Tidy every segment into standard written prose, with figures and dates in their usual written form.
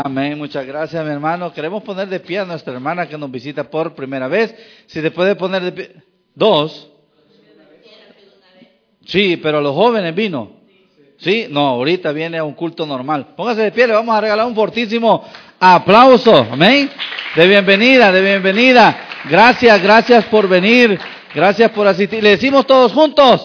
Amén, muchas gracias, mi hermano. Queremos poner de pie a nuestra hermana que nos visita por primera vez. Si se puede poner de pie. ¿Dos? Sí, pero los jóvenes vino. ¿Sí? No, ahorita viene a un culto normal. Póngase de pie, le vamos a regalar un fortísimo aplauso. Amén. De bienvenida, de bienvenida. Gracias por venir. Gracias por asistir. Le decimos todos juntos.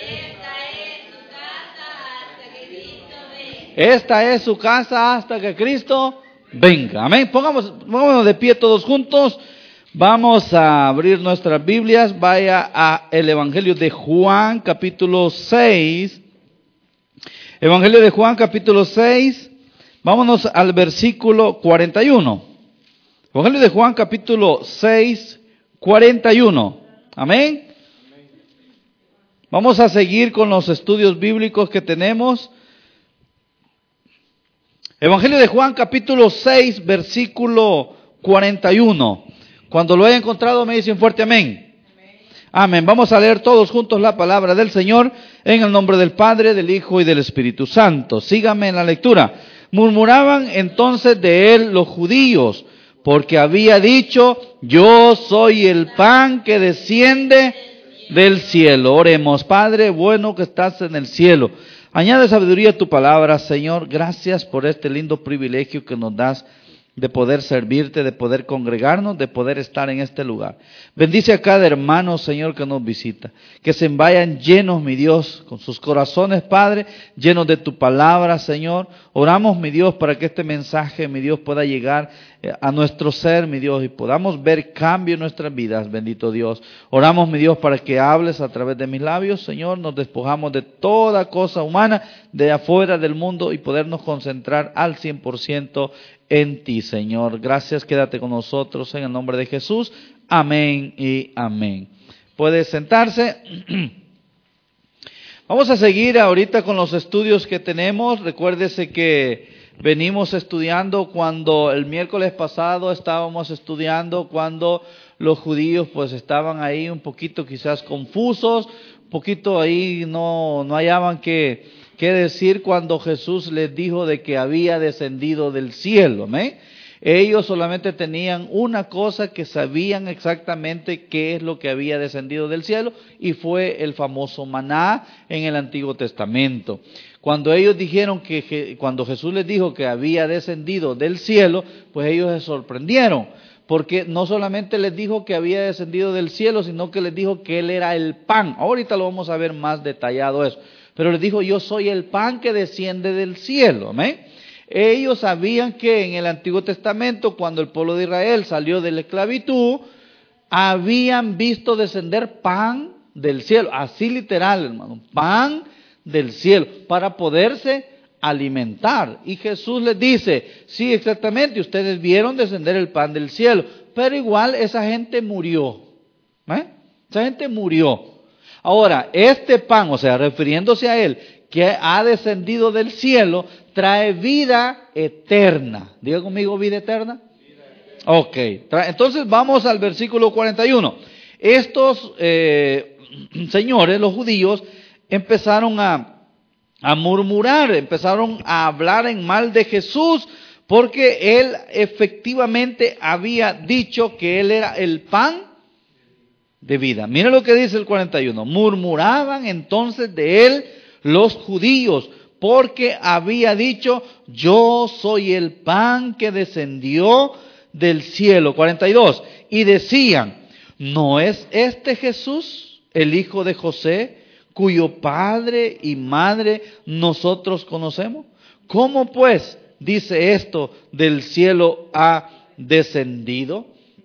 Esta es su casa hasta que Cristo venga. Amén. Pongámonos de pie todos juntos. Vamos a abrir nuestras Biblias. Vaya a el Evangelio de Juan, capítulo 6. Evangelio de Juan, capítulo 6. Vámonos al versículo 41. Evangelio de Juan, capítulo 6, 41. Amén. Vamos a seguir con los estudios bíblicos que tenemos. Evangelio de Juan, capítulo 6, versículo 41. Cuando lo haya encontrado me dicen fuerte amén. Amén. Vamos a leer todos juntos la palabra del Señor en el nombre del Padre, del Hijo y del Espíritu Santo. Síganme en la lectura. Murmuraban entonces de él los judíos, porque había dicho: yo soy el pan que desciende del cielo. Oremos. Padre bueno que estás en el cielo, añade sabiduría a tu palabra, Señor. Gracias por este lindo privilegio que nos das de poder servirte, de poder congregarnos, de poder estar en este lugar. Bendice a cada hermano, Señor, que nos visita. Que se vayan llenos, mi Dios, con sus corazones, Padre, llenos de tu palabra, Señor. Oramos, mi Dios, para que este mensaje, mi Dios, pueda llegar a nuestro ser, mi Dios, y podamos ver cambio en nuestras vidas, bendito Dios. Oramos, mi Dios, para que hables a través de mis labios, Señor. Nos despojamos de toda cosa humana, de afuera del mundo, y podernos concentrar al 100% en ti, Señor. Gracias, quédate con nosotros en el nombre de Jesús. Amén y amén. Puede sentarse. Vamos a seguir ahorita con los estudios que tenemos. Recuérdese que venimos estudiando cuando el miércoles pasado estábamos estudiando cuando los judíos pues estaban ahí un poquito quizás confusos, un poquito ahí no hallaban qué decir cuando Jesús les dijo de que había descendido del cielo. ¿Me? Ellos solamente tenían una cosa, que sabían exactamente qué es lo que había descendido del cielo, y fue el famoso maná en el Antiguo Testamento. Cuando ellos dijeron cuando Jesús les dijo que había descendido del cielo, pues ellos se sorprendieron, porque no solamente les dijo que había descendido del cielo, sino que les dijo que Él era el pan. Ahorita lo vamos a ver más detallado eso. Pero les dijo: yo soy el pan que desciende del cielo. ¿Amén? Ellos sabían que en el Antiguo Testamento, cuando el pueblo de Israel salió de la esclavitud, habían visto descender pan del cielo. Así literal, hermano, pan del cielo, para poderse alimentar. Y Jesús les dice: sí, exactamente, ustedes vieron descender el pan del cielo, pero igual esa gente murió. Esa gente murió. Ahora, este pan, o sea, refiriéndose a Él, que ha descendido del cielo, trae vida eterna. Diga conmigo, vida eterna. Ok, entonces vamos al versículo 41. Estos señores, los judíos, empezaron a murmurar, empezaron a hablar en mal de Jesús, porque Él efectivamente había dicho que Él era el pan de vida. Mira lo que dice el 41. Murmuraban entonces de él los judíos, porque había dicho: yo soy el pan que descendió del cielo. 42. Y decían: ¿no es este Jesús, el hijo de José, cuyo padre y madre nosotros conocemos? ¿Cómo pues dice esto: del cielo ha descendido?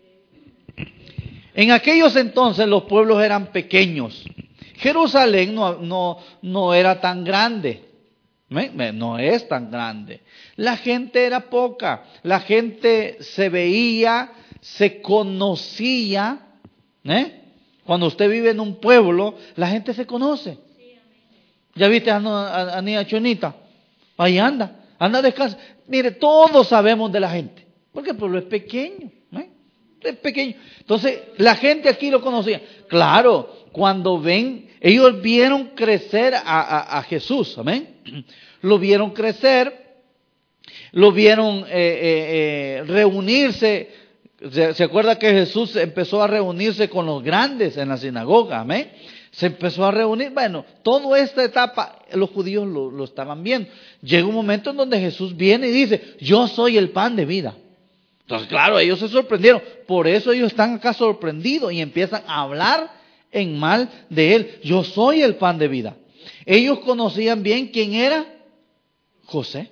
En aquellos entonces los pueblos eran pequeños. Jerusalén no era tan grande. No es tan grande. La gente era poca. La gente se veía, se conocía. Cuando usted vive en un pueblo, la gente se conoce. ¿Ya viste a niña Chonita? Ahí anda descansa. Mire, todos sabemos de la gente, porque el pueblo es pequeño. Es pequeño. Entonces, la gente aquí lo conocía. Claro, cuando ellos vieron crecer a Jesús, amén. Lo vieron crecer, lo vieron reunirse. ¿Se acuerda que Jesús empezó a reunirse con los grandes en la sinagoga? Amén. Se empezó a reunir. Bueno, toda esta etapa los judíos lo estaban viendo. Llega un momento en donde Jesús viene y dice, yo soy el pan de vida. Entonces, claro, ellos se sorprendieron. Por eso ellos están acá sorprendidos y empiezan a hablar en mal de él. Yo soy el pan de vida. Ellos conocían bien quién era José.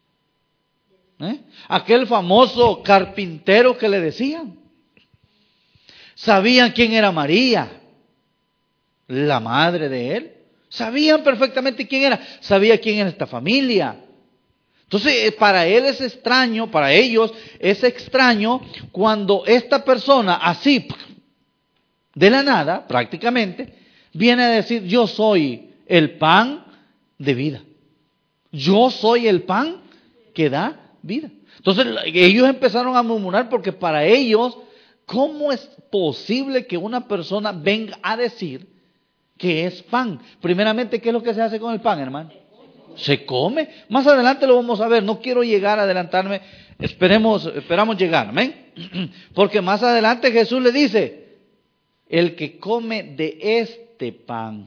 Aquel famoso carpintero que le decían. Sabían quién era María, la madre de él. Sabían perfectamente quién era. Sabía quién era esta familia. Entonces, para él es extraño, para ellos es extraño cuando esta persona así, de la nada, prácticamente, viene a decir, yo soy el pan de vida. Yo soy el pan que da vida. Entonces ellos empezaron a murmurar porque para ellos, ¿cómo es posible que una persona venga a decir que es pan? Primeramente, ¿qué es lo que se hace con el pan, hermano? Se come. Más adelante lo vamos a ver. No quiero llegar a adelantarme. Esperamos llegar. Amén. Porque más adelante Jesús le dice, el que come de este pan.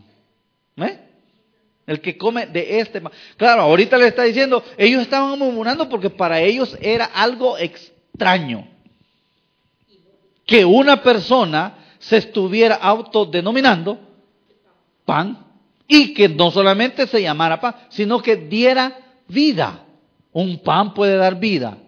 El que come de este pan. Claro, ahorita le está diciendo, ellos estaban murmurando porque para ellos era algo extraño que una persona se estuviera autodenominando pan y que no solamente se llamara pan, sino que diera vida. Un pan puede dar vida.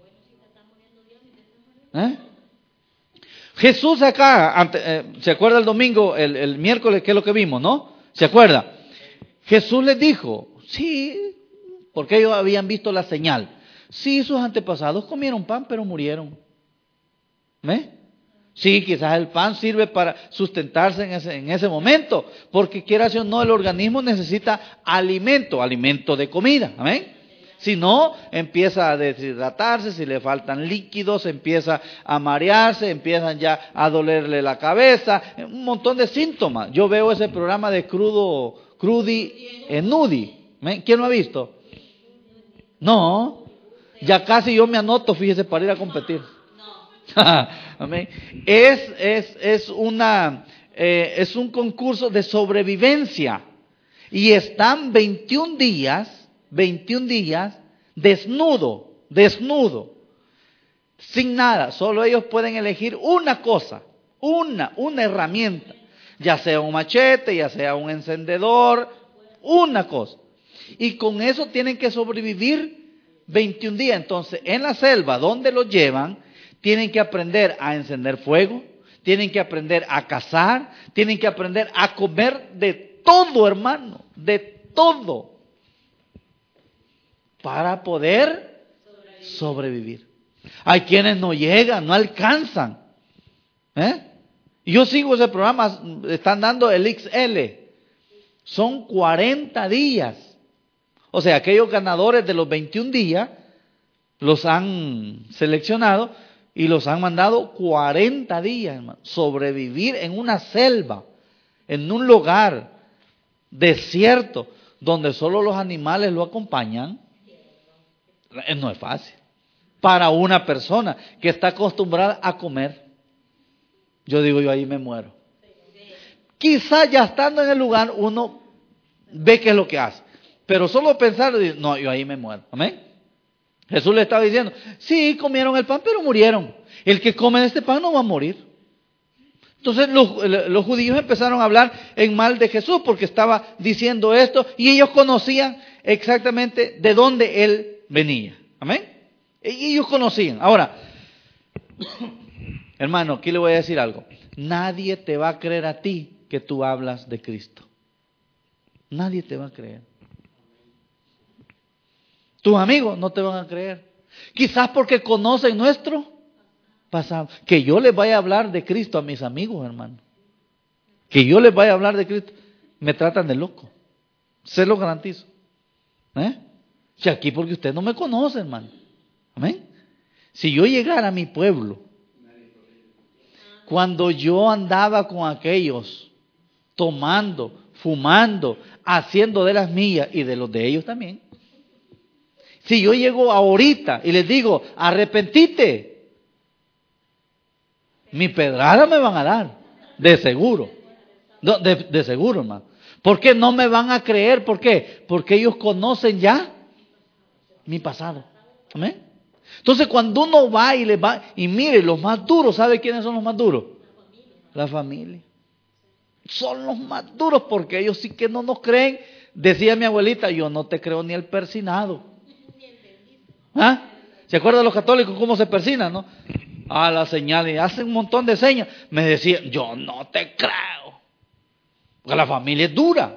Jesús acá, ¿se acuerda el domingo, el miércoles, qué es lo que vimos, no? ¿Se acuerda? Jesús les dijo, sí, porque ellos habían visto la señal. Sí, sus antepasados comieron pan, pero murieron. Sí, quizás el pan sirve para sustentarse en ese momento, porque quieras o no, el organismo necesita alimento de comida. Amén. Si no, empieza a deshidratarse, si le faltan líquidos, empieza a marearse, empiezan ya a dolerle la cabeza, un montón de síntomas. Yo veo ese programa de Crudi en Nudi. ¿Quién lo ha visto? No, ya casi yo me anoto, fíjese, para ir a competir. Amén. Es un concurso de sobrevivencia y están 21 días desnudo, sin nada. Solo ellos pueden elegir una cosa, una herramienta, ya sea un machete, ya sea un encendedor, una cosa. Y con eso tienen que sobrevivir 21 días. Entonces, en la selva donde los llevan, tienen que aprender a encender fuego, tienen que aprender a cazar, tienen que aprender a comer de todo, hermano, de todo, para poder sobrevivir. Hay quienes no llegan, no alcanzan. Yo sigo ese programa, están dando el XL. Son 40 días. O sea, aquellos ganadores de los 21 días los han seleccionado y los han mandado 40 días, hermano, sobrevivir en una selva, en un lugar desierto, donde solo los animales lo acompañan. No es fácil. Para una persona que está acostumbrada a comer. Yo digo, yo ahí me muero. Quizá ya estando en el lugar uno ve qué es lo que hace. Pero solo pensar, no, yo ahí me muero. Amén. Jesús le estaba diciendo, sí, comieron el pan, pero murieron. El que come de este pan no va a morir. Entonces los judíos empezaron a hablar en mal de Jesús porque estaba diciendo esto y ellos conocían exactamente de dónde él venía. Amén. Y ellos conocían. Ahora, hermano, aquí le voy a decir algo. Nadie te va a creer a ti que tú hablas de Cristo. Nadie te va a creer. Tus amigos no te van a creer. Quizás porque conocen nuestro pasado. Que yo les vaya a hablar de Cristo a mis amigos, hermano. Que yo les vaya a hablar de Cristo. Me tratan de loco. Se lo garantizo. Si aquí porque usted no me conoce, hermano. Amén. Si yo llegara a mi pueblo, cuando yo andaba con aquellos, tomando, fumando, haciendo de las mías y de los de ellos también. Si yo llego ahorita y les digo, arrepentite, mi pedrada me van a dar, de seguro. No, de seguro, hermano. ¿Por qué no me van a creer? ¿Por qué? Porque ellos conocen ya mi pasado. ¿Amén? Entonces cuando uno va y les va, y mire, los más duros, ¿sabe quiénes son los más duros? La familia. Son los más duros porque ellos sí que no nos creen. Decía mi abuelita, yo no te creo ni el persinado. ¿Ah? ¿Se acuerdan de los católicos cómo se persinan, no? A la señal y hacen un montón de señas. Me decían, yo no te creo. Porque la familia es dura.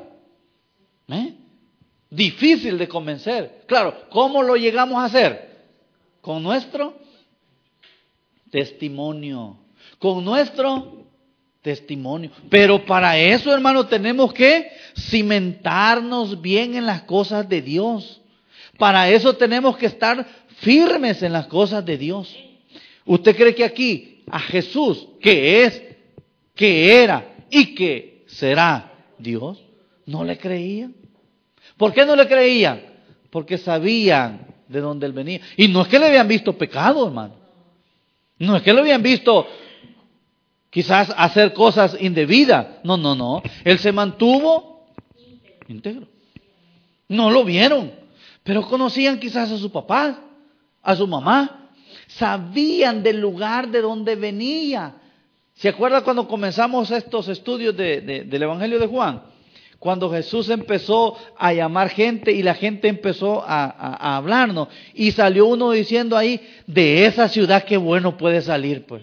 Difícil de convencer. Claro, ¿cómo lo llegamos a hacer? Con nuestro testimonio. Con nuestro testimonio. Pero para eso, hermano, tenemos que cimentarnos bien en las cosas de Dios. Para eso tenemos que estar firmes en las cosas de Dios. ¿Usted cree que aquí a Jesús, que es, que era y que será Dios, no le creían? ¿Por qué no le creían? Porque sabían de dónde Él venía. Y no es que le habían visto pecado, hermano. No es que le habían visto quizás hacer cosas indebidas. No. Él se mantuvo íntegro. No lo vieron, pero conocían quizás a su papá, a su mamá. Sabían del lugar de donde venía. ¿Se acuerda cuando comenzamos estos estudios del Evangelio de Juan? Cuando Jesús empezó a llamar gente y la gente empezó a hablarnos. Y salió uno diciendo ahí, de esa ciudad qué bueno puede salir, pues.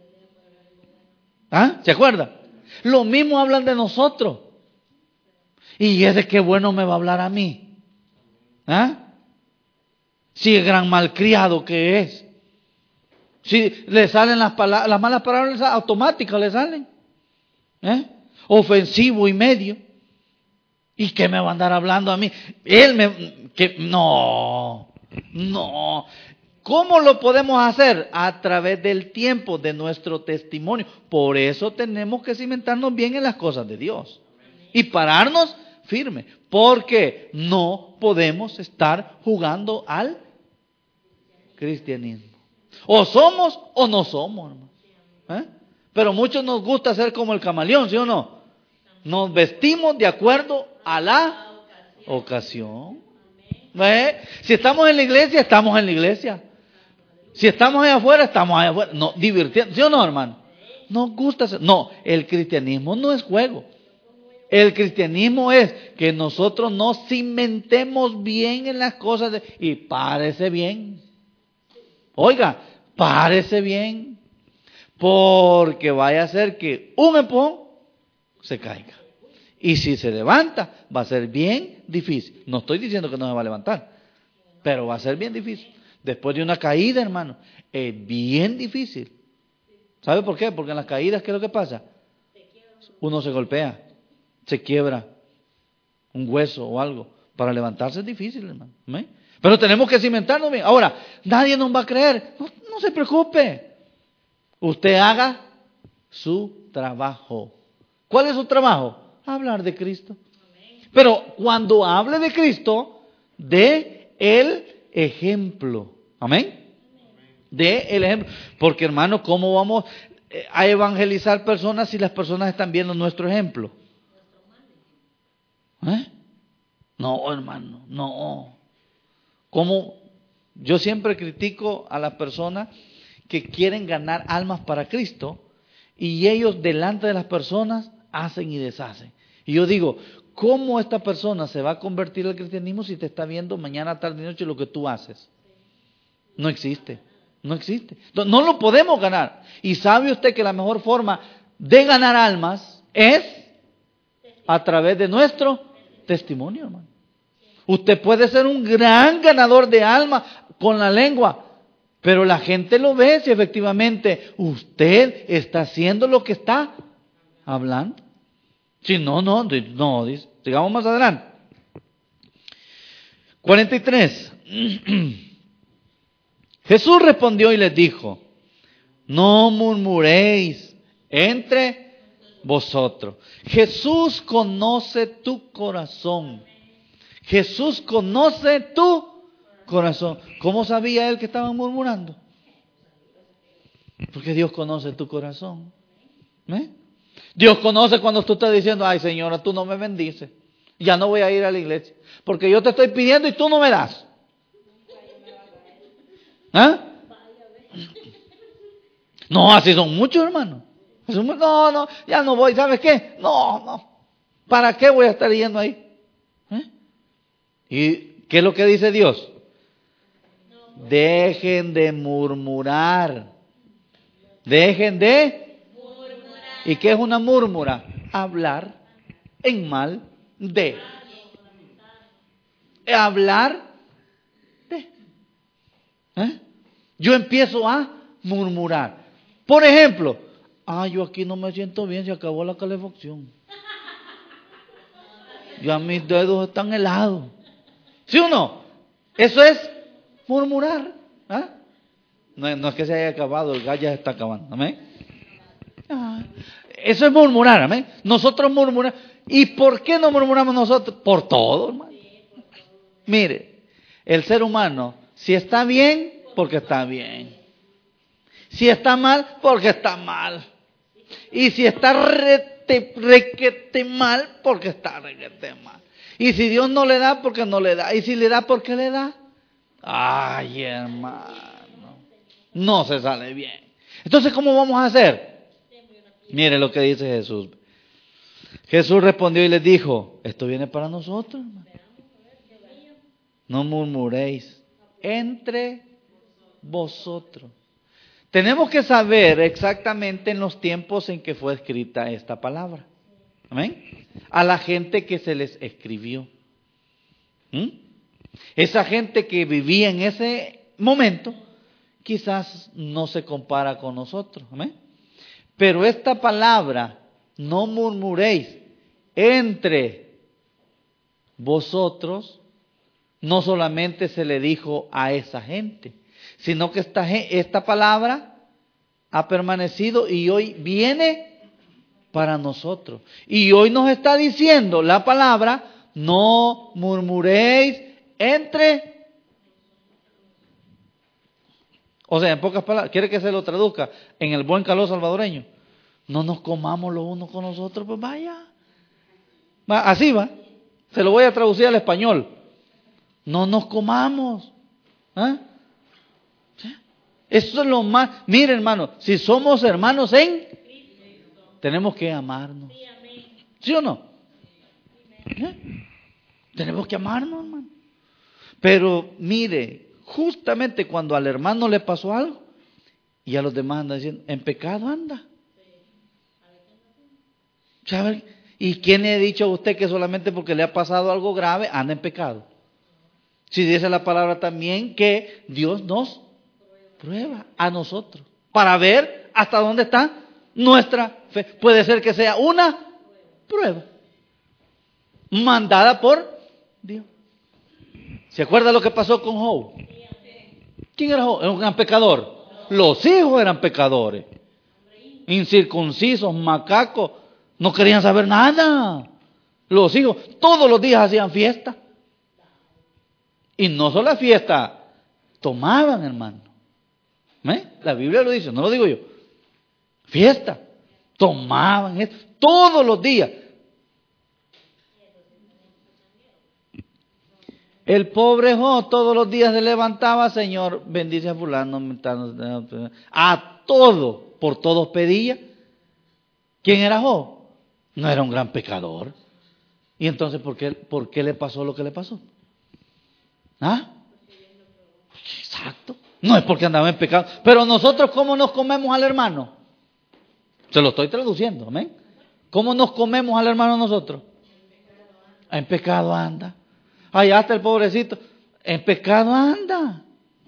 ¿Ah? ¿Se acuerda? Lo mismo hablan de nosotros. Y ese qué bueno me va a hablar a mí. ¿Ah? Si el gran malcriado que es. Si le salen las malas palabras automáticas, le salen. Ofensivo y medio. ¿Y qué me va a andar hablando a mí? No. ¿Cómo lo podemos hacer? A través del tiempo, de nuestro testimonio. Por eso tenemos que cimentarnos bien en las cosas de Dios. Y pararnos firme. Porque no podemos estar jugando al cristianismo. O somos o no somos, hermano. Pero muchos nos gusta ser como el camaleón, ¿sí o no? Nos vestimos de acuerdo a la ocasión. Si estamos en la iglesia, estamos en la iglesia. Si estamos allá afuera, estamos allá afuera. No, divirtiendo, ¿sí o no, hermano? Nos gusta ser. No, el cristianismo no es juego. El cristianismo es que nosotros nos cimentemos bien en las cosas y párese bien. Oiga, párese bien, porque vaya a ser que un empujón se caiga. Y si se levanta, va a ser bien difícil. No estoy diciendo que no se va a levantar, pero va a ser bien difícil. Después de una caída, hermano, es bien difícil. ¿Sabe por qué? Porque en las caídas, ¿qué es lo que pasa? Uno se golpea, se quiebra un hueso o algo. Para levantarse es difícil, hermano. Pero tenemos que cimentarnos bien. Ahora, nadie nos va a creer. No se preocupe. Usted haga su trabajo. ¿Cuál es su trabajo? Hablar de Cristo. Pero cuando hable de Cristo, dé el ejemplo. ¿Amén? Dé el ejemplo. Porque, hermano, ¿cómo vamos a evangelizar personas si las personas están viendo nuestro ejemplo? No, hermano, no. Como yo siempre critico a las personas que quieren ganar almas para Cristo y ellos delante de las personas hacen y deshacen. Y yo digo, ¿cómo esta persona se va a convertir al cristianismo si te está viendo mañana, tarde y noche lo que tú haces? No existe. No lo podemos ganar. Y sabe usted que la mejor forma de ganar almas es a través de nuestro testimonio, hermano. Usted puede ser un gran ganador de almas con la lengua, pero la gente lo ve si efectivamente usted está haciendo lo que está hablando. Si no, dice. Sigamos más adelante. 43. Jesús respondió y les dijo, no murmuréis entre vosotros. Jesús conoce tu corazón. Jesús conoce tu corazón. ¿Cómo sabía él que estaban murmurando? Porque Dios conoce tu corazón. ¿Eh? Dios conoce cuando tú estás diciendo, ay Señora, tú no me bendices. Ya no voy a ir a la iglesia. Porque yo te estoy pidiendo y tú no me das. ¿Ah? No, así son muchos, hermano. No, ya no voy. ¿Sabes qué? No. ¿Para qué voy a estar yendo ahí? ¿Y qué es lo que dice Dios? Dejen de murmurar. Dejen de murmurar. ¿Y qué es una múrmura? Hablar en mal de. Hablar de. Yo empiezo a murmurar. Por ejemplo, yo aquí no me siento bien, se acabó la calefacción. Ya mis dedos están helados. ¿Sí o no? Eso es murmurar. No es que se haya acabado, el gas ya se está acabando. Amén. Eso es murmurar. Amén. Nosotros murmuramos. ¿Y por qué no murmuramos nosotros? Por todo, hermano. Mire, el ser humano, si está bien, porque está bien. Si está mal, porque está mal. Y si está requete mal, porque está requete mal. Y si Dios no le da, porque no le da. Y si le da, ¿por qué le da? Ay, hermano. No se sale bien. Entonces, ¿cómo vamos a hacer? Mire lo que dice Jesús. Jesús respondió y les dijo, esto viene para nosotros, hermano. No murmuréis entre vosotros. Tenemos que saber exactamente en los tiempos en que fue escrita esta palabra. Amén. A la gente que se les escribió. Esa gente que vivía en ese momento, quizás no se compara con nosotros. Amén. Pero esta palabra, no murmuréis entre vosotros, no solamente se le dijo a esa gente, sino que esta palabra ha permanecido y hoy viene para nosotros. Y hoy nos está diciendo la palabra, no murmuréis entre. O sea, en pocas palabras, ¿quiere que se lo traduzca en el buen calor salvadoreño? No nos comamos los unos con los otros, pues vaya. Así va. Se lo voy a traducir al español. No nos comamos. Eso es lo más. Mire, hermano, si somos hermanos tenemos que amarnos. ¿Sí o no? Tenemos que amarnos, hermano. Pero mire, justamente cuando al hermano le pasó algo, y a los demás andan diciendo, en pecado anda. ¿Sabe? ¿Y quién le ha dicho a usted que solamente porque le ha pasado algo grave anda en pecado? Si dice la palabra también que Dios nos prueba a nosotros para ver hasta dónde está nuestra fe. Puede ser que sea una prueba mandada por Dios. ¿Se acuerda lo que pasó con Job? ¿Quién era Job? ¿Era un gran pecador? Los hijos eran pecadores. Incircuncisos, macacos, no querían saber nada. Los hijos todos los días hacían fiesta. Y no solo fiesta, tomaban, hermano. La Biblia lo dice, no lo digo yo. Fiesta, tomaban todos los días. El pobre Job todos los días se levantaba, Señor, bendice a fulano, a todo, por todos pedía. ¿Quién era Job? No era un gran pecador. Y entonces, ¿por qué le pasó lo que le pasó? Exacto. No es porque andaba en pecado. Pero nosotros, ¿cómo nos comemos al hermano? Se lo estoy traduciendo, amén. ¿Cómo nos comemos al hermano nosotros? En pecado anda. Allá está el pobrecito. En pecado anda.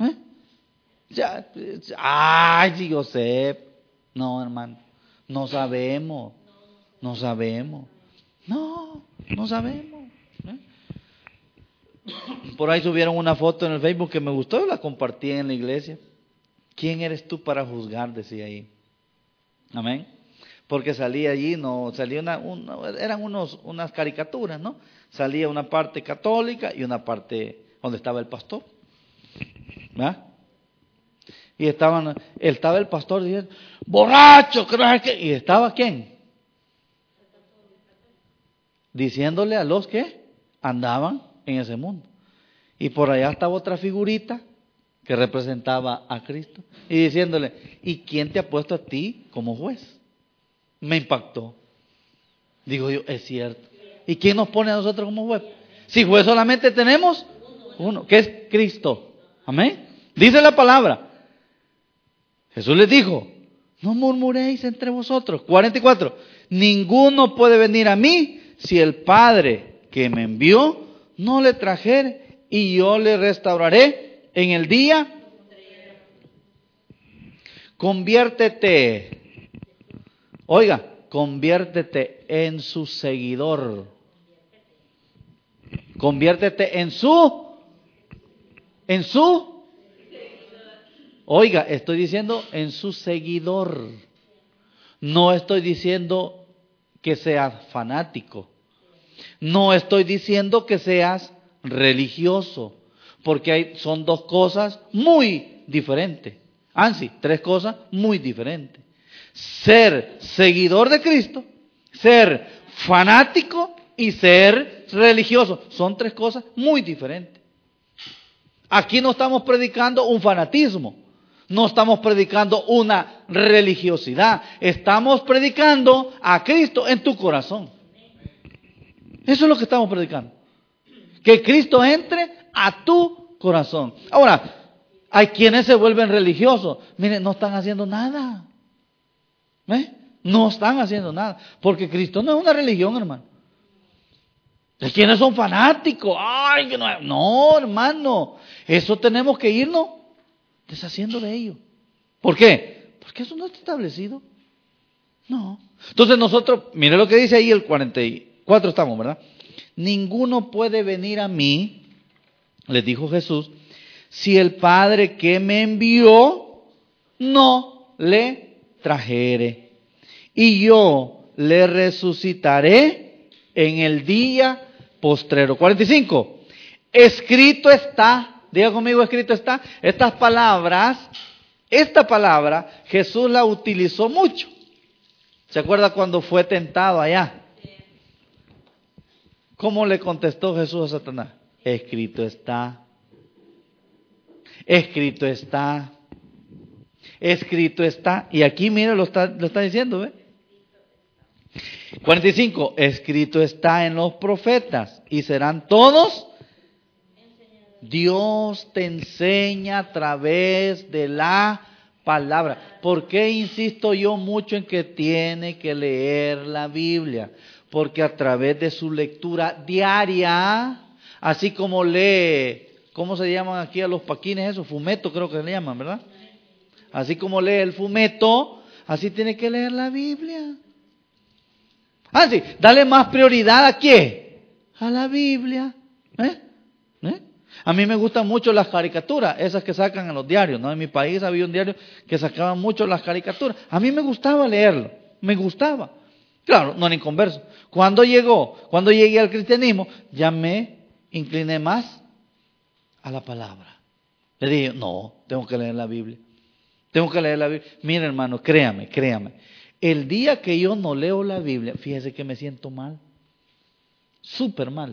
Ay, yo sé. No, hermano. No sabemos. No sabemos. No sabemos. Por ahí subieron una foto en el Facebook que me gustó, la compartí en la iglesia. ¿Quién eres tú para juzgar? Decía ahí. Amén. Porque salía allí, eran unas caricaturas, ¿no? Salía una parte católica y una parte donde estaba el pastor. ¿verdad? Y estaba el pastor diciendo, borracho, que no sé qué. ¿Y estaba quién? Diciéndole a los que andaban en ese mundo. Y por allá estaba otra figurita que representaba a Cristo. Y diciéndole, ¿y quién te ha puesto a ti como juez? Me impactó. Digo yo, es cierto. ¿Y quién nos pone a nosotros como juez? Si juez solamente tenemos uno, que es Cristo. Amén. Dice la palabra. Jesús les dijo, no murmuréis entre vosotros. 44. Ninguno puede venir a mí si el Padre que me envió no le trajere, y yo le restauraré en el día. Conviértete. Oiga, conviértete en su seguidor. Conviértete en su. Oiga, estoy diciendo en su seguidor. No estoy diciendo que seas fanático. No estoy diciendo que seas religioso. Porque son dos cosas muy diferentes. Sí, tres cosas muy diferentes. Ser seguidor de Cristo, ser fanático y ser religioso. Son tres cosas muy diferentes. Aquí no estamos predicando un fanatismo. No estamos predicando una religiosidad. Estamos predicando a Cristo en tu corazón. Eso es lo que estamos predicando. Que Cristo entre a tu corazón. Ahora, hay quienes se vuelven religiosos. Miren, no están haciendo nada. No están haciendo nada. Porque Cristo no es una religión, hermano. Hay quienes son fanáticos. Ay, que no, hermano. Eso tenemos que irnos deshaciendo de ello. ¿Por qué? Porque eso no está establecido. No. Entonces nosotros, mire lo que dice ahí el 44 estamos, ¿verdad? Ninguno puede venir a mí, les dijo Jesús, si el Padre que me envió no le trajere. Y yo le resucitaré en el día postrero. 45. Escrito está. Diga conmigo, escrito está. Esta palabra Jesús la utilizó mucho. ¿Se acuerda cuando fue tentado allá? ¿Cómo le contestó Jesús a Satanás? Escrito está. Escrito está. Escrito está. Y aquí, mire, lo está diciendo, ¿ve? 45. Escrito está en los profetas y serán todos. Dios te enseña a través de la palabra. ¿Por qué insisto yo mucho en que tiene que leer la Biblia? Porque a través de su lectura diaria, así como lee, ¿cómo se llaman aquí a los paquines esos? Fumeto creo que le llaman, ¿verdad? Así como lee el fumeto, así tiene que leer la Biblia. Sí, dale más prioridad ¿a qué? A la Biblia. A mí me gustan mucho las caricaturas, esas que sacan en los diarios, ¿no? En mi país había un diario que sacaban mucho las caricaturas. A mí me gustaba leerlo, me gustaba. Claro, no era inconverso. Cuando llegué al cristianismo, ya me incliné más a la palabra. Le dije, no, tengo que leer la Biblia. Tengo que leer la Biblia. Mira, hermano, créame. El día que yo no leo la Biblia, fíjese que me siento mal. Súper mal.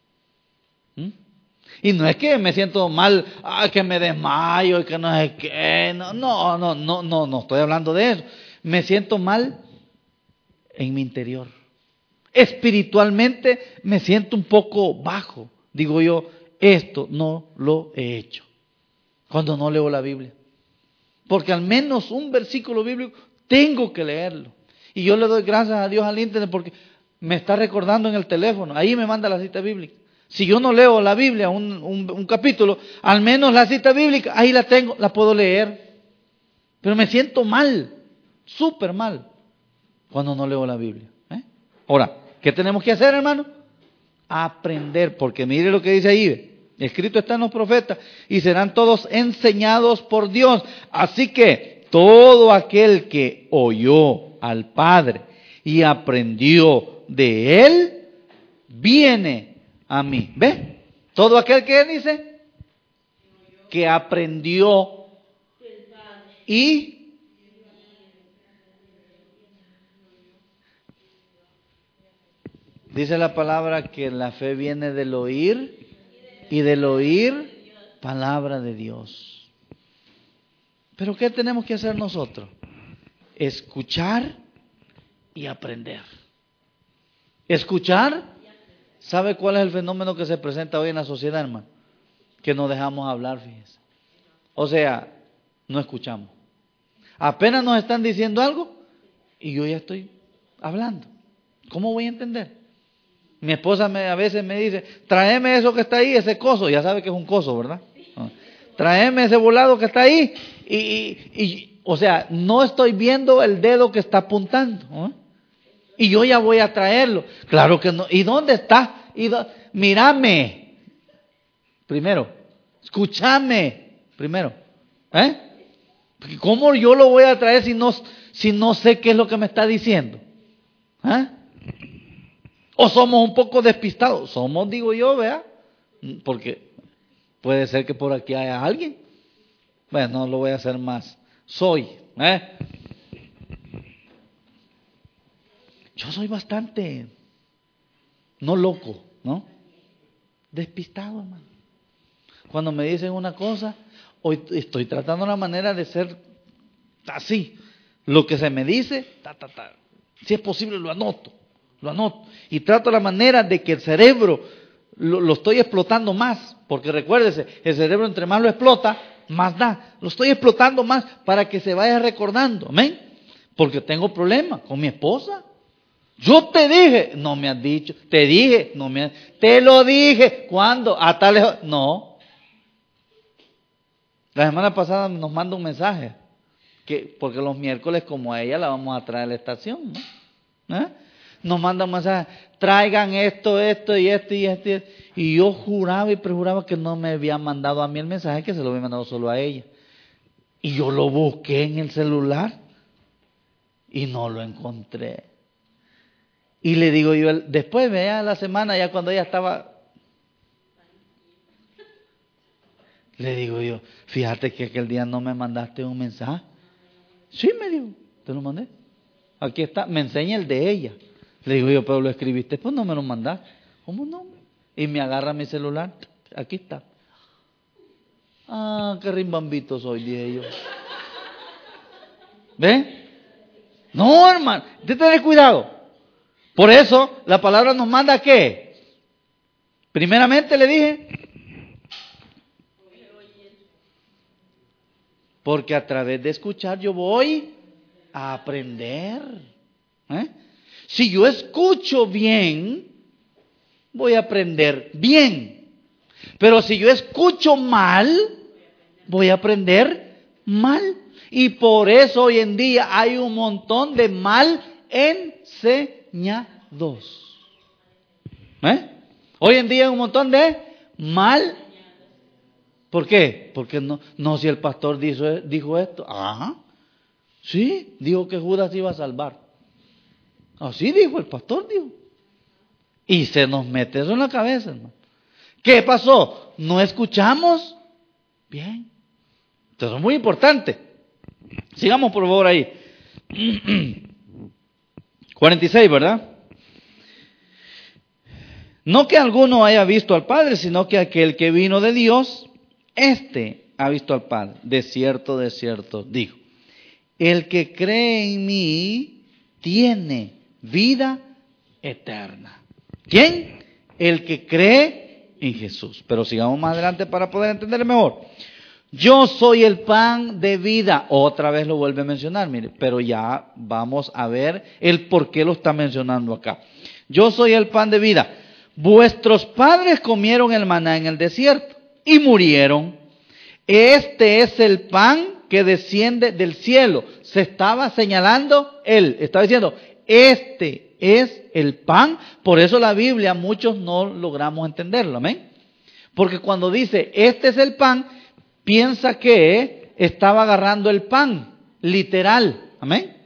Y no es que me siento mal, que me desmayo y que no sé qué. No estoy hablando de eso. Me siento mal en mi interior. Espiritualmente me siento un poco bajo. Digo yo, esto no lo he hecho cuando no leo la Biblia. Porque al menos un versículo bíblico tengo que leerlo. Y yo le doy gracias a Dios al internet porque me está recordando en el teléfono. Ahí me manda la cita bíblica. Si yo no leo la Biblia, un capítulo, al menos la cita bíblica, ahí la tengo, la puedo leer. Pero me siento mal, súper mal, cuando no leo la Biblia. Ahora, ¿qué tenemos que hacer, hermano? Aprender, porque mire lo que dice ahí. Escrito está en los profetas, y serán todos enseñados por Dios. Así que todo aquel que oyó al Padre y aprendió de Él, viene a mí. ¿Ve? Todo aquel que dice que aprendió y dice la palabra que la fe viene del oír y del oír palabra de Dios. Pero ¿qué tenemos que hacer nosotros? Escuchar y aprender. Escuchar. ¿Sabe cuál es el fenómeno que se presenta hoy en la sociedad, hermano? Que no dejamos hablar, fíjese. O sea, no escuchamos. Apenas nos están diciendo algo y yo ya estoy hablando. ¿Cómo voy a entender? Mi esposa a veces me dice, tráeme eso que está ahí, ese coso. Ya sabe que es un coso, ¿verdad? Tráeme ese volado que está ahí. O sea, no estoy viendo el dedo que está apuntando. Y yo ya voy a traerlo. Claro que no. ¿Y dónde está? Mírame. Primero. Escúchame. Primero. ¿Cómo yo lo voy a traer si no sé qué es lo que me está diciendo? ¿O somos un poco despistados? Somos, digo yo, vea. Porque puede ser que por aquí haya alguien. Bueno, no lo voy a hacer más. Yo soy bastante, no loco, ¿no? Despistado, hermano. Cuando me dicen una cosa, hoy estoy tratando la manera de ser así. Lo que se me dice, si es posible lo anoto. Y trato la manera de que el cerebro lo estoy explotando más. Porque recuérdese, el cerebro entre más lo explota, más da. Lo estoy explotando más para que se vaya recordando. ¿Amén? Porque tengo problemas con mi esposa. Yo te dije, no me has dicho. Te dije, no me has. Te lo dije. ¿Cuándo? A tal lejos. No. La semana pasada nos manda un mensaje. Porque los miércoles, como a ella, la vamos a traer a la estación, ¿no? Nos manda un mensaje. Traigan esto y esto. Y yo juraba y prejuraba que no me había mandado a mí el mensaje, que se lo había mandado solo a ella. Y yo lo busqué en el celular y no lo encontré. Y le digo yo, después vea la semana, ya cuando ella estaba, le digo yo, fíjate que aquel día no me mandaste un mensaje. Sí, me dijo, te lo mandé. Aquí está, me enseña el de ella. Le digo yo, pero lo escribiste, pues no me lo mandaste. ¿Cómo no? Y me agarra mi celular, aquí está. Ah, qué rimbambito soy, dije yo. ¿Ve? No, hermano, usted tiene cuidado. Por eso la palabra nos manda ¿qué? Primeramente le dije, porque a través de escuchar yo voy a aprender. Si yo escucho bien, voy a aprender bien. Pero si yo escucho mal, voy a aprender mal. Y por eso hoy en día hay un montón de mal enseñados. Hoy en día hay un montón de mal. ¿Por qué? Porque no si el pastor dijo esto. Ajá. Sí, dijo que Judas iba a salvar. Así dijo el pastor, dijo. Y se nos mete eso en la cabeza, hermano. ¿Qué pasó? ¿No escuchamos? Bien. Entonces es muy importante. Sigamos por favor ahí. 46, ¿verdad? No que alguno haya visto al Padre, sino que aquel que vino de Dios, éste ha visto al Padre. De cierto, dijo. El que cree en mí tiene vida eterna. ¿Quién? El que cree en Jesús. Pero sigamos más adelante para poder entender mejor. Yo soy el pan de vida. Otra vez lo vuelve a mencionar, mire, pero ya vamos a ver el por qué lo está mencionando acá. Yo soy el pan de vida. Vuestros padres comieron el maná en el desierto y murieron. Este es el pan que desciende del cielo. Se estaba señalando él. Estaba diciendo, este es el pan. Por eso la Biblia muchos no logramos entenderlo. ¿Amén? Porque cuando dice, este es el pan, piensa que estaba agarrando el pan, literal. ¿Amén?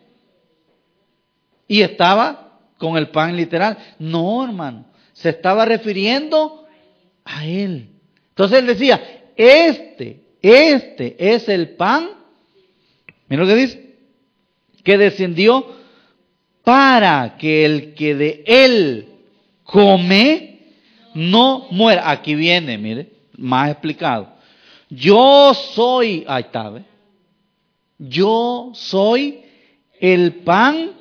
Y estaba con el pan literal. No, hermano. Se estaba refiriendo a él. Entonces él decía, este Este es el pan, mira lo que dice, que descendió para que el que de él come no muera. Aquí viene, mire, más explicado. Yo soy, ahí está, ¿ve? Yo soy el pan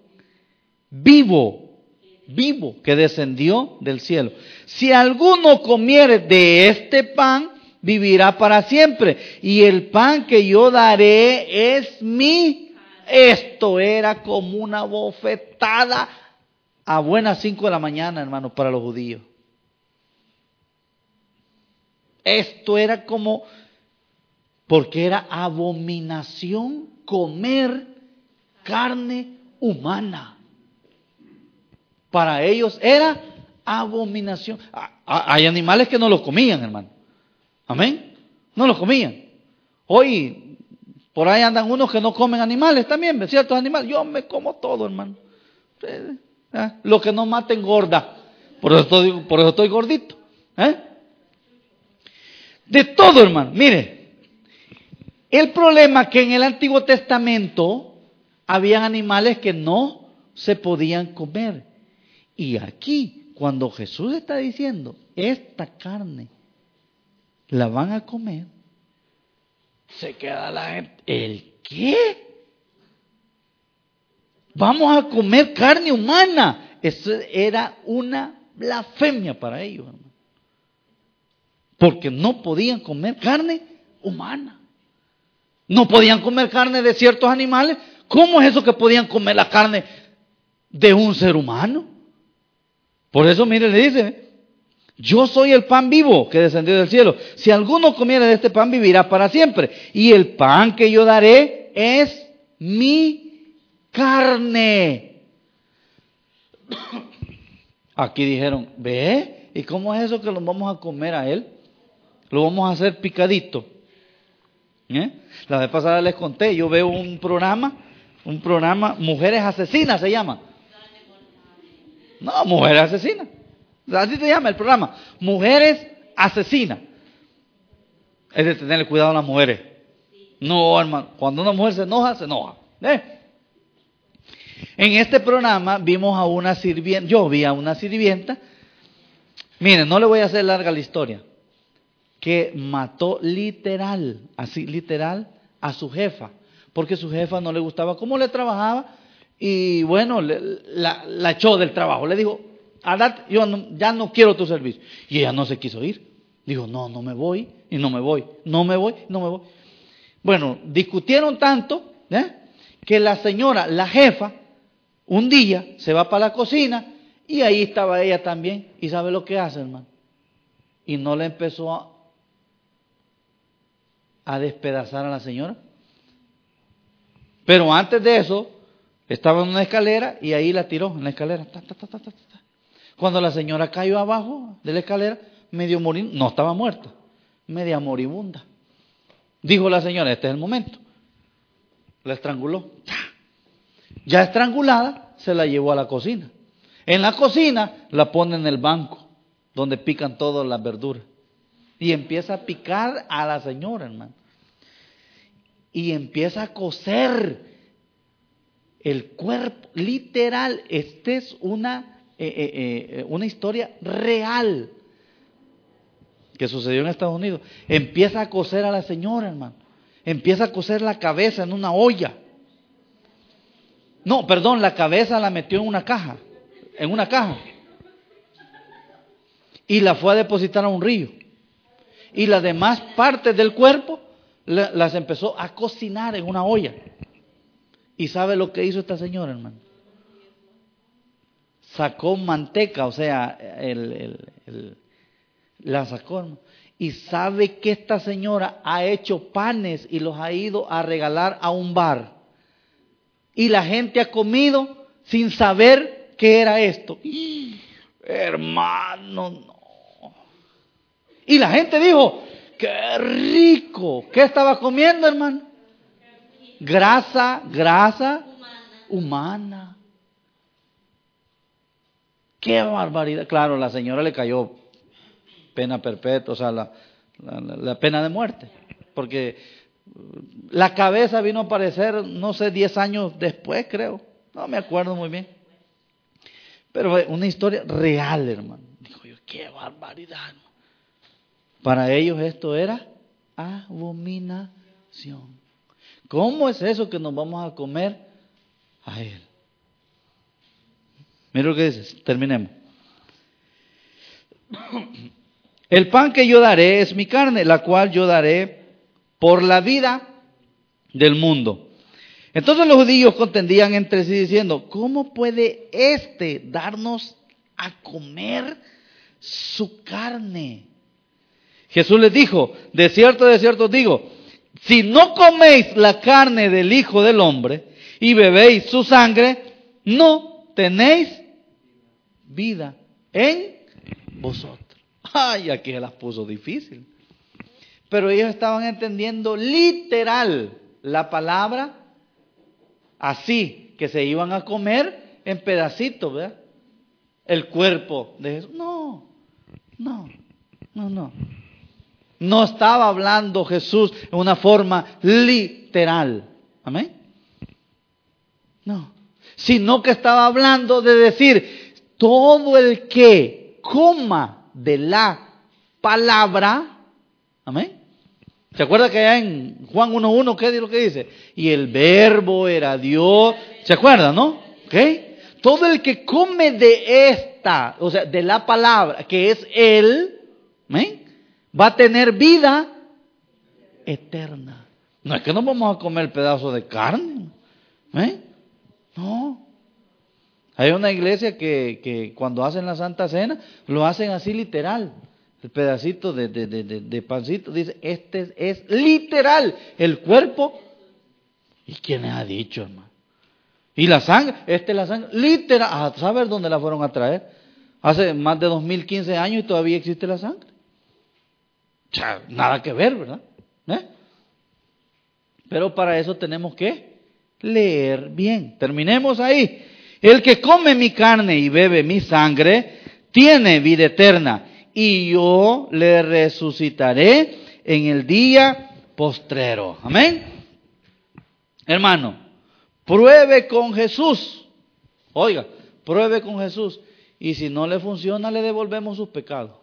vivo que descendió del cielo. Si alguno comiere de este pan, vivirá para siempre. Y el pan que yo daré es mi. Esto era como una bofetada a buenas 5 de la mañana, hermano, para los judíos. Esto era como, porque era abominación comer carne humana. Para ellos era abominación. Hay animales que no los comían, hermano. Amén. No los comían. Hoy, por ahí andan unos que no comen animales también, ciertos animales. Yo me como todo, hermano. Lo que no mata engorda. Por eso estoy gordito. De todo, hermano. Mire, el problema es que en el Antiguo Testamento habían animales que no se podían comer. Y aquí, cuando Jesús está diciendo, esta carne la van a comer, se queda la gente, ¿el qué? Vamos a comer carne humana. Eso era una blasfemia para ellos, hermano. Porque no podían comer carne humana. No podían comer carne de ciertos animales. ¿Cómo es eso que podían comer la carne de un ser humano? Por eso, mire, le dice, yo soy el pan vivo que descendió del cielo. Si alguno comiera de este pan, vivirá para siempre. Y el pan que yo daré es mi carne. Aquí dijeron, ¿ve? ¿Y cómo es eso que lo vamos a comer a él? Lo vamos a hacer picadito. La vez pasada les conté, yo veo un programa, Mujeres Asesinas se llama. No, Mujeres Asesinas. Así se llama el programa. Mujeres Asesinas. Es de tenerle cuidado a las mujeres. No, hermano. Cuando una mujer se enoja, se enoja. En este programa vimos a una sirvienta. Yo vi a una sirvienta. Miren, no le voy a hacer larga la historia. Que mató literal, así literal, a su jefa. Porque su jefa no le gustaba cómo le trabajaba. Y bueno, la echó del trabajo. Le dijo, yo ya no quiero tu servicio. Y ella no se quiso ir. Dijo, no me voy, y no me voy. Bueno, discutieron tanto, que la señora, la jefa, un día se va para la cocina y ahí estaba ella también. ¿Y sabe lo que hace, hermano? Y no le empezó a despedazar a la señora. Pero antes de eso, estaba en una escalera y ahí la tiró en la escalera. Cuando la señora cayó abajo de la escalera, medio moribunda, no estaba muerta, media moribunda. Dijo la señora, este es el momento. La estranguló. Ya estrangulada, se la llevó a la cocina. En la cocina la pone en el banco, donde pican todas las verduras. Y empieza a picar a la señora, hermano. Y empieza a cocer el cuerpo, literal. Esta es una historia real que sucedió en Estados Unidos. Empieza a cocer a la señora, hermano. Empieza a cocer la cabeza en una olla. No, perdón, la cabeza la metió en una caja. Y la fue a depositar a un río. Y las demás partes del cuerpo las empezó a cocinar en una olla. ¿Y sabe lo que hizo esta señora, hermano? Sacó manteca, o sea, la sacó, hermano. Y sabe que esta señora ha hecho panes y los ha ido a regalar a un bar. Y la gente ha comido sin saber qué era esto. Hermano, no. Y la gente dijo, ¡qué rico! ¿Qué estaba comiendo, hermano? Grasa humana. ¡Qué barbaridad! Claro, la señora le cayó pena perpetua, o sea, la pena de muerte. porque la cabeza vino a aparecer, no sé, 10 años después, creo. No me acuerdo muy bien. Pero una historia real, hermano. Dijo yo, qué barbaridad, hermano. Para ellos esto era abominación. ¿Cómo es eso que nos vamos a comer a él? Mira lo que dice, terminemos. El pan que yo daré es mi carne, la cual yo daré por la vida del mundo. Entonces los judíos contendían entre sí diciendo, ¿cómo puede darnos a comer su carne? Jesús les dijo, de cierto os digo, si no coméis la carne del Hijo del Hombre y bebéis su sangre, no tenéis vida en vosotros. Ay, aquí se las puso difícil. Pero ellos estaban entendiendo literal la palabra así, que se iban a comer en pedacitos, ¿verdad? El cuerpo de Jesús. No. No estaba hablando Jesús en una forma literal. Amén. No. Sino que estaba hablando de decir, todo el que coma de la palabra, amén. ¿Se acuerda que allá en Juan 1:1 qué es lo que dice? Y el verbo era Dios. ¿Se acuerda, no? ¿Ok? Todo el que come de esta, o sea, de la palabra, que es Él, amén, va a tener vida eterna. No es que no vamos a comer pedazo de carne. No. Hay una iglesia que cuando hacen la Santa Cena, lo hacen así literal. El pedacito de pancito, dice, este es literal el cuerpo. ¿Y quién les ha dicho, hermano? Y la sangre, es la sangre literal. ¿A saber dónde la fueron a traer? Hace más de 2015 años y todavía existe la sangre. Nada que ver, ¿verdad? Pero para eso tenemos que leer bien. Terminemos ahí. El que come mi carne y bebe mi sangre tiene vida eterna, y yo le resucitaré en el día postrero. Amén. Hermano, pruebe con Jesús. Oiga, pruebe con Jesús. Y si no le funciona, le devolvemos sus pecados.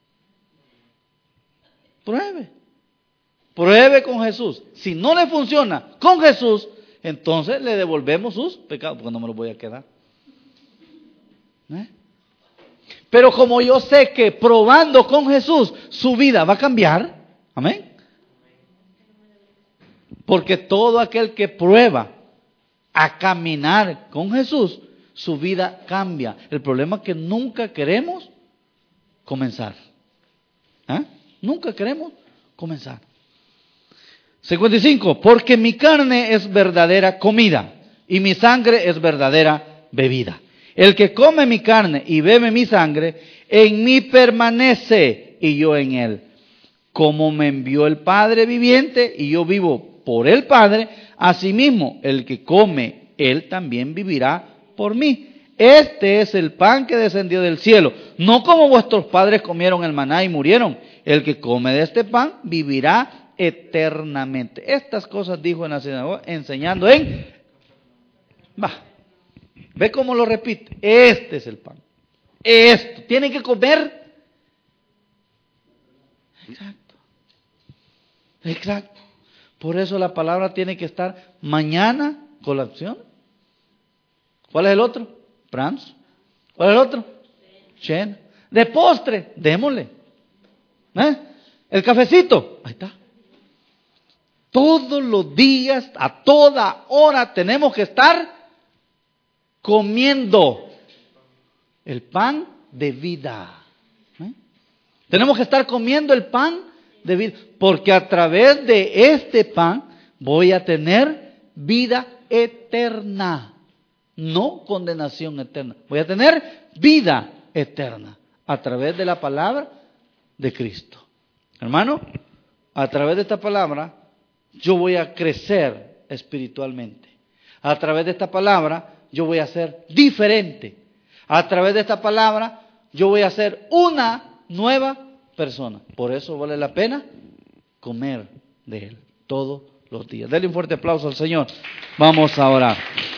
Pruebe con Jesús. Si no le funciona con Jesús, entonces le devolvemos sus pecados, porque no me los voy a quedar. Pero como yo sé que probando con Jesús su vida va a cambiar, amén. Porque todo aquel que prueba a caminar con Jesús, su vida cambia. El problema es que nunca queremos comenzar. Nunca queremos comenzar. 55. Porque mi carne es verdadera comida y mi sangre es verdadera bebida. El que come mi carne y bebe mi sangre, en mí permanece y yo en él. Como me envió el Padre viviente y yo vivo por el Padre, asimismo el que come, él también vivirá por mí. Este es el pan que descendió del cielo, no como vuestros padres comieron el maná y murieron. El que come de este pan vivirá eternamente. Estas cosas dijo en la sinagoga, enseñando ¿Ve cómo lo repite? Este es el pan. Esto. Tienen que comer. Exacto. Por eso la palabra tiene que estar mañana, colación. ¿Cuál es el otro? Brahms. ¿Cuál es el otro? Chen. De postre, démosle. El cafecito. Ahí está. Todos los días, a toda hora, tenemos que estar comiendo el pan de vida. Tenemos que estar comiendo el pan de vida, porque a través de este pan voy a tener vida eterna, no condenación eterna. Voy a tener vida eterna a través de la palabra de Cristo. Hermano, a través de esta palabra yo voy a crecer espiritualmente. A través de esta palabra yo voy a ser diferente. A través de esta palabra yo voy a ser una nueva persona. Por eso vale la pena comer de Él, todos los días. Dele un fuerte aplauso al Señor. Vamos a orar.